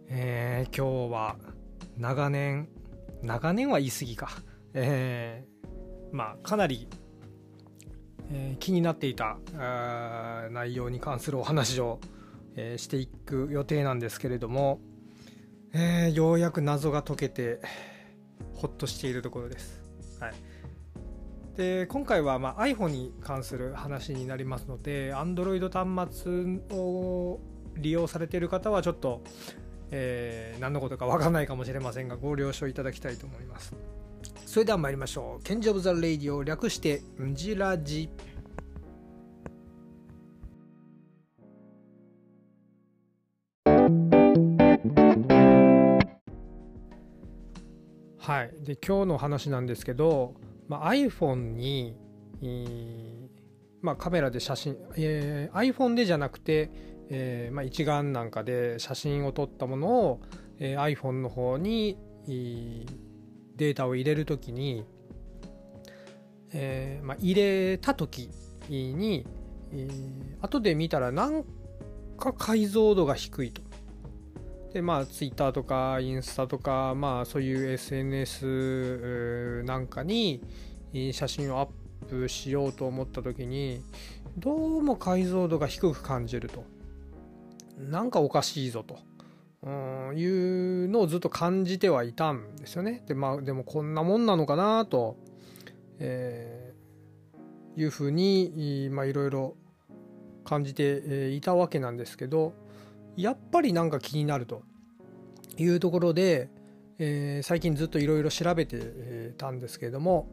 今日は長年は言い過ぎか、かなり、気になっていた内容に関するお話を、していく予定なんですけれども、ようやく謎が解けてほっとしているところです。はい、で今回は、iPhone に関する話になりますので、 Android 端末を利用されている方はちょっと何のことか分からないかもしれませんが、ご了承いただきたいと思います。それでは参りましょう。ケンジオブザレイディオ、略してんじラジ。はい、で今日の話なんですけど、iPhone に、カメラで写真、iPhone でじゃなくて、一眼なんかで写真を撮ったものを、iPhone の方にデータを入れるときに、入れたときに、後で見たらなんか解像度が低いと。でTwitter とかインスタとか、そういう SNS なんかに写真をアップしようと思った時に、どうも解像度が低く感じると、なんかおかしいぞというのをずっと感じてはいたんですよね。でもこんなもんなのかなと、いうふうにいろいろ感じていたわけなんですけど、やっぱりなんか気になるというところで、最近ずっといろいろ調べてたんですけれども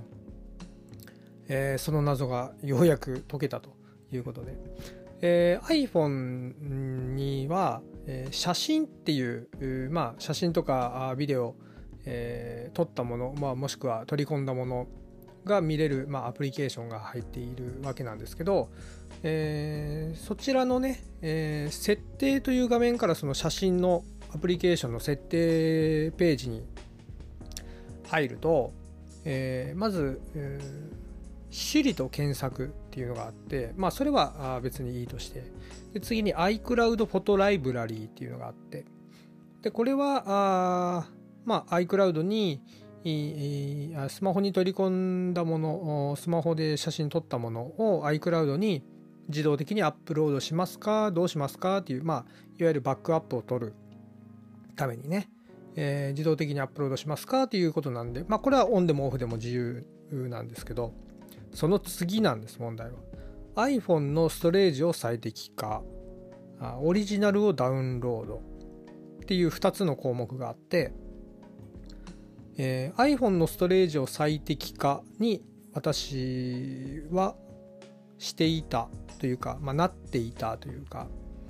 その謎がようやく解けたということで、iPhone には、写真っていう、写真とかビデオ、撮ったもの、もしくは取り込んだものが見れる、アプリケーションが入っているわけなんですけど、そちらのね、設定という画面からその写真のアプリケーションの設定ページに入ると、まず、Siri と検索っていうのがあって、それは別にいいとして、で次に iCloud フォトライブラリーっていうのがあって、でこれはiCloud にスマホに取り込んだもの、スマホで写真撮ったものを iCloud に自動的にアップロードしますか、どうしますかっていう、いわゆるバックアップを取るためにね、自動的にアップロードしますかということなんで、これはオンでもオフでも自由なんですけど、その次なんです、問題は。iPhone のストレージを最適化、オリジナルをダウンロードっていう2つの項目があって、iPhone のストレージを最適化に私はしていたというか、なっていたというか、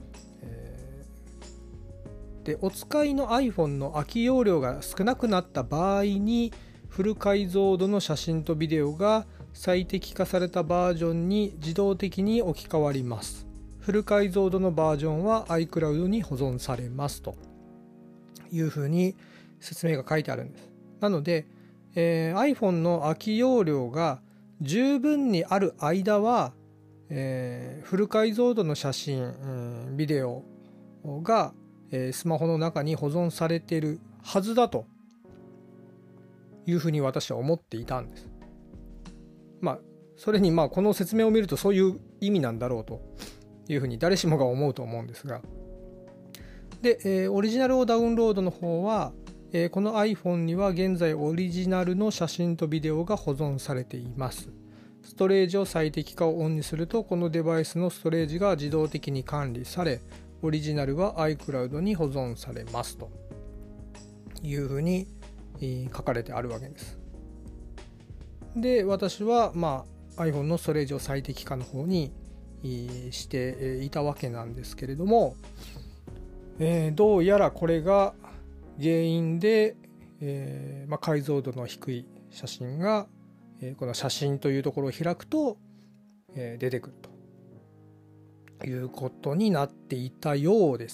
でお使いの iPhone の空き容量が少なくなった場合に、フル解像度の写真とビデオが最適化されたバージョンに自動的に置き換わります。フル解像度のバージョンは iCloud に保存されますというふうに説明が書いてあるんです。なので、iPhone の空き容量が十分にある間は、フル解像度の写真、ビデオが、スマホの中に保存されているはずだというふうに私は思っていたんです。それにこの説明を見るとそういう意味なんだろうというふうに誰しもが思うと思うんですが、で、オリジナルをダウンロードの方は、この iPhone には現在オリジナルの写真とビデオが保存されています。ストレージを最適化をオンにすると、このデバイスのストレージが自動的に管理され、オリジナルは iCloud に保存されますというふうに書かれてあるわけです。で、私はiPhone のストレージを最適化の方にしていたわけなんですけれども、どうやらこれが原因で、解像度の低い写真が、この写真というところを開くと、出てくるということになっていたようです。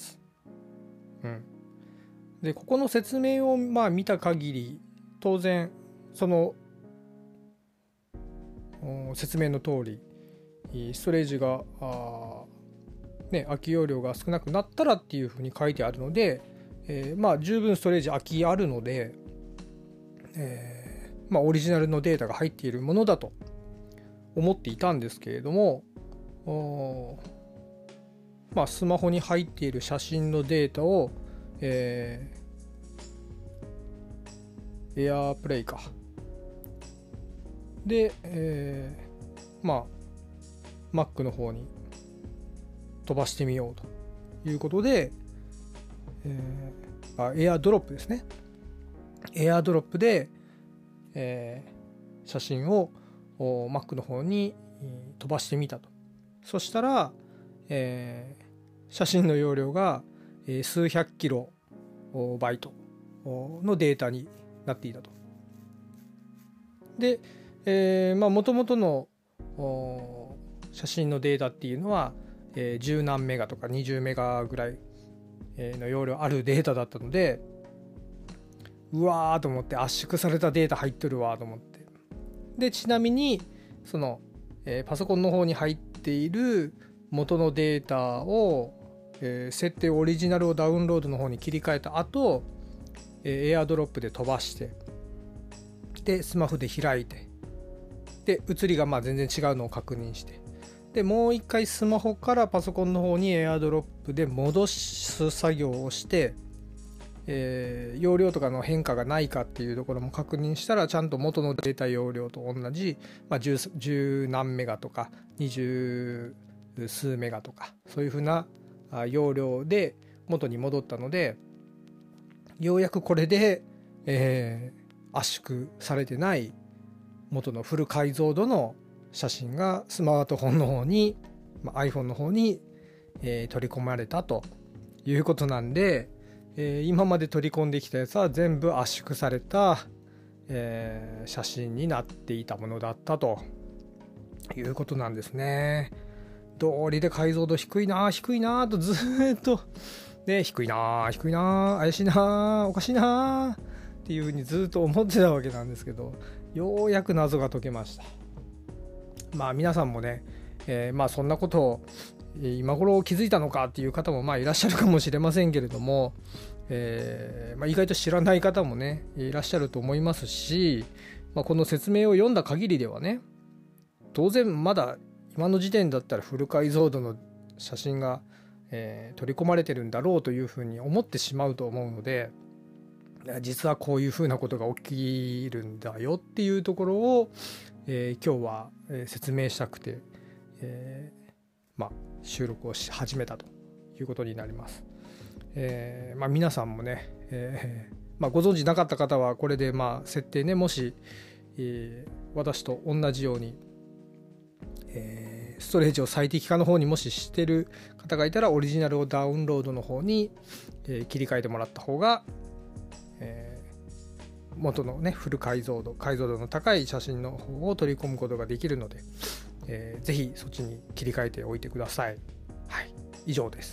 でここの説明を見た限り、当然その説明の通り、ストレージが空き容量が少なくなったらっていうふうに書いてあるので、 十分ストレージ空きあるので、オリジナルのデータが入っているものだと思っていたんですけれども、スマホに入っている写真のデータを、エアープレイかで、Mac の方に飛ばしてみようということで、エアドロップですね。エアドロップで、写真を Mac の方に飛ばしてみたと。そしたら、写真の容量が数百キロバイトのデータになっていたと。で、もともとの写真のデータっていうのは、10何メガとか20メガぐらいの容量あるデータだったので、うわーと思って、圧縮されたデータ入ってるわと思って、でちなみにその、パソコンの方に入っている元のデータを、設定オリジナルをダウンロードの方に切り替えた後、エアドロップで飛ばして、でスマホで開いて、で写りが全然違うのを確認して、でもう一回スマホからパソコンの方にエアドロップで戻す作業をして、容量とかの変化がないかっていうところも確認したら、ちゃんと元のデータ容量と同じ、10何メガとか20数メガとか、そういうふうな容量で元に戻ったので、ようやくこれで、圧縮されてない元のフル解像度の写真がスマートフォンの方に、iPhone の方に、取り込まれたということなんで、今まで取り込んできたやつは全部圧縮された、写真になっていたものだったということなんですね。道理で解像度低いなとずっと、低いな怪しいなおかしいなっていうふうにずっと思ってたわけなんですけど、ようやく謎が解けました。皆さんもね、そんなことを今頃気づいたのかっていう方もいらっしゃるかもしれませんけれども、意外と知らない方もねいらっしゃると思いますし、この説明を読んだ限りではね、当然まだ今の時点だったらフル解像度の写真が、取り込まれてるんだろうというふうに思ってしまうと思うので、実はこういうふうなことが起きるんだよっていうところを、今日は説明したくて、収録をし始めたということになります。皆さんもね、ご存知なかった方はこれで設定ね、もし、私と同じように、ストレージを最適化の方にもししてる方がいたら、オリジナルをダウンロードの方に、切り替えてもらった方が、元のねフル解像度の高い写真の方を取り込むことができるので、ぜひそっちに切り替えておいてください。はい、以上です。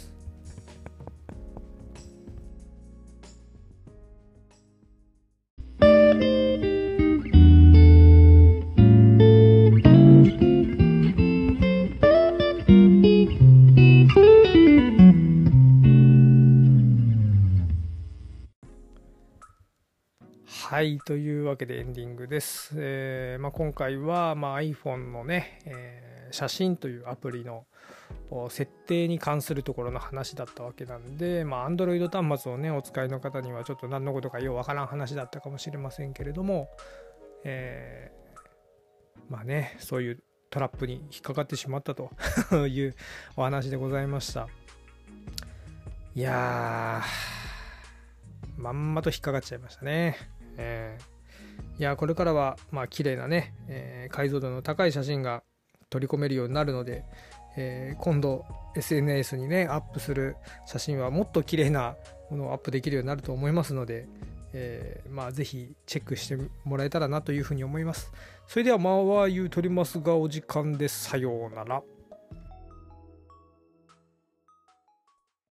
はい、というわけでエンディングです。今回は、iPhone のね、写真というアプリの設定に関するところの話だったわけなんで、Android 端末をねお使いの方にはちょっと何のことかようわからん話だったかもしれませんけれども、そういうトラップに引っかかってしまったというお話でございました。いやー、まんまと引っかかっちゃいましたね。いやこれからは綺麗なね、解像度の高い写真が取り込めるようになるので、今度 SNS にねアップする写真はもっと綺麗なものをアップできるようになると思いますので、ぜひチェックしてもらえたらなというふうに思います。それではまあは言うとりますがお時間です。さようなら。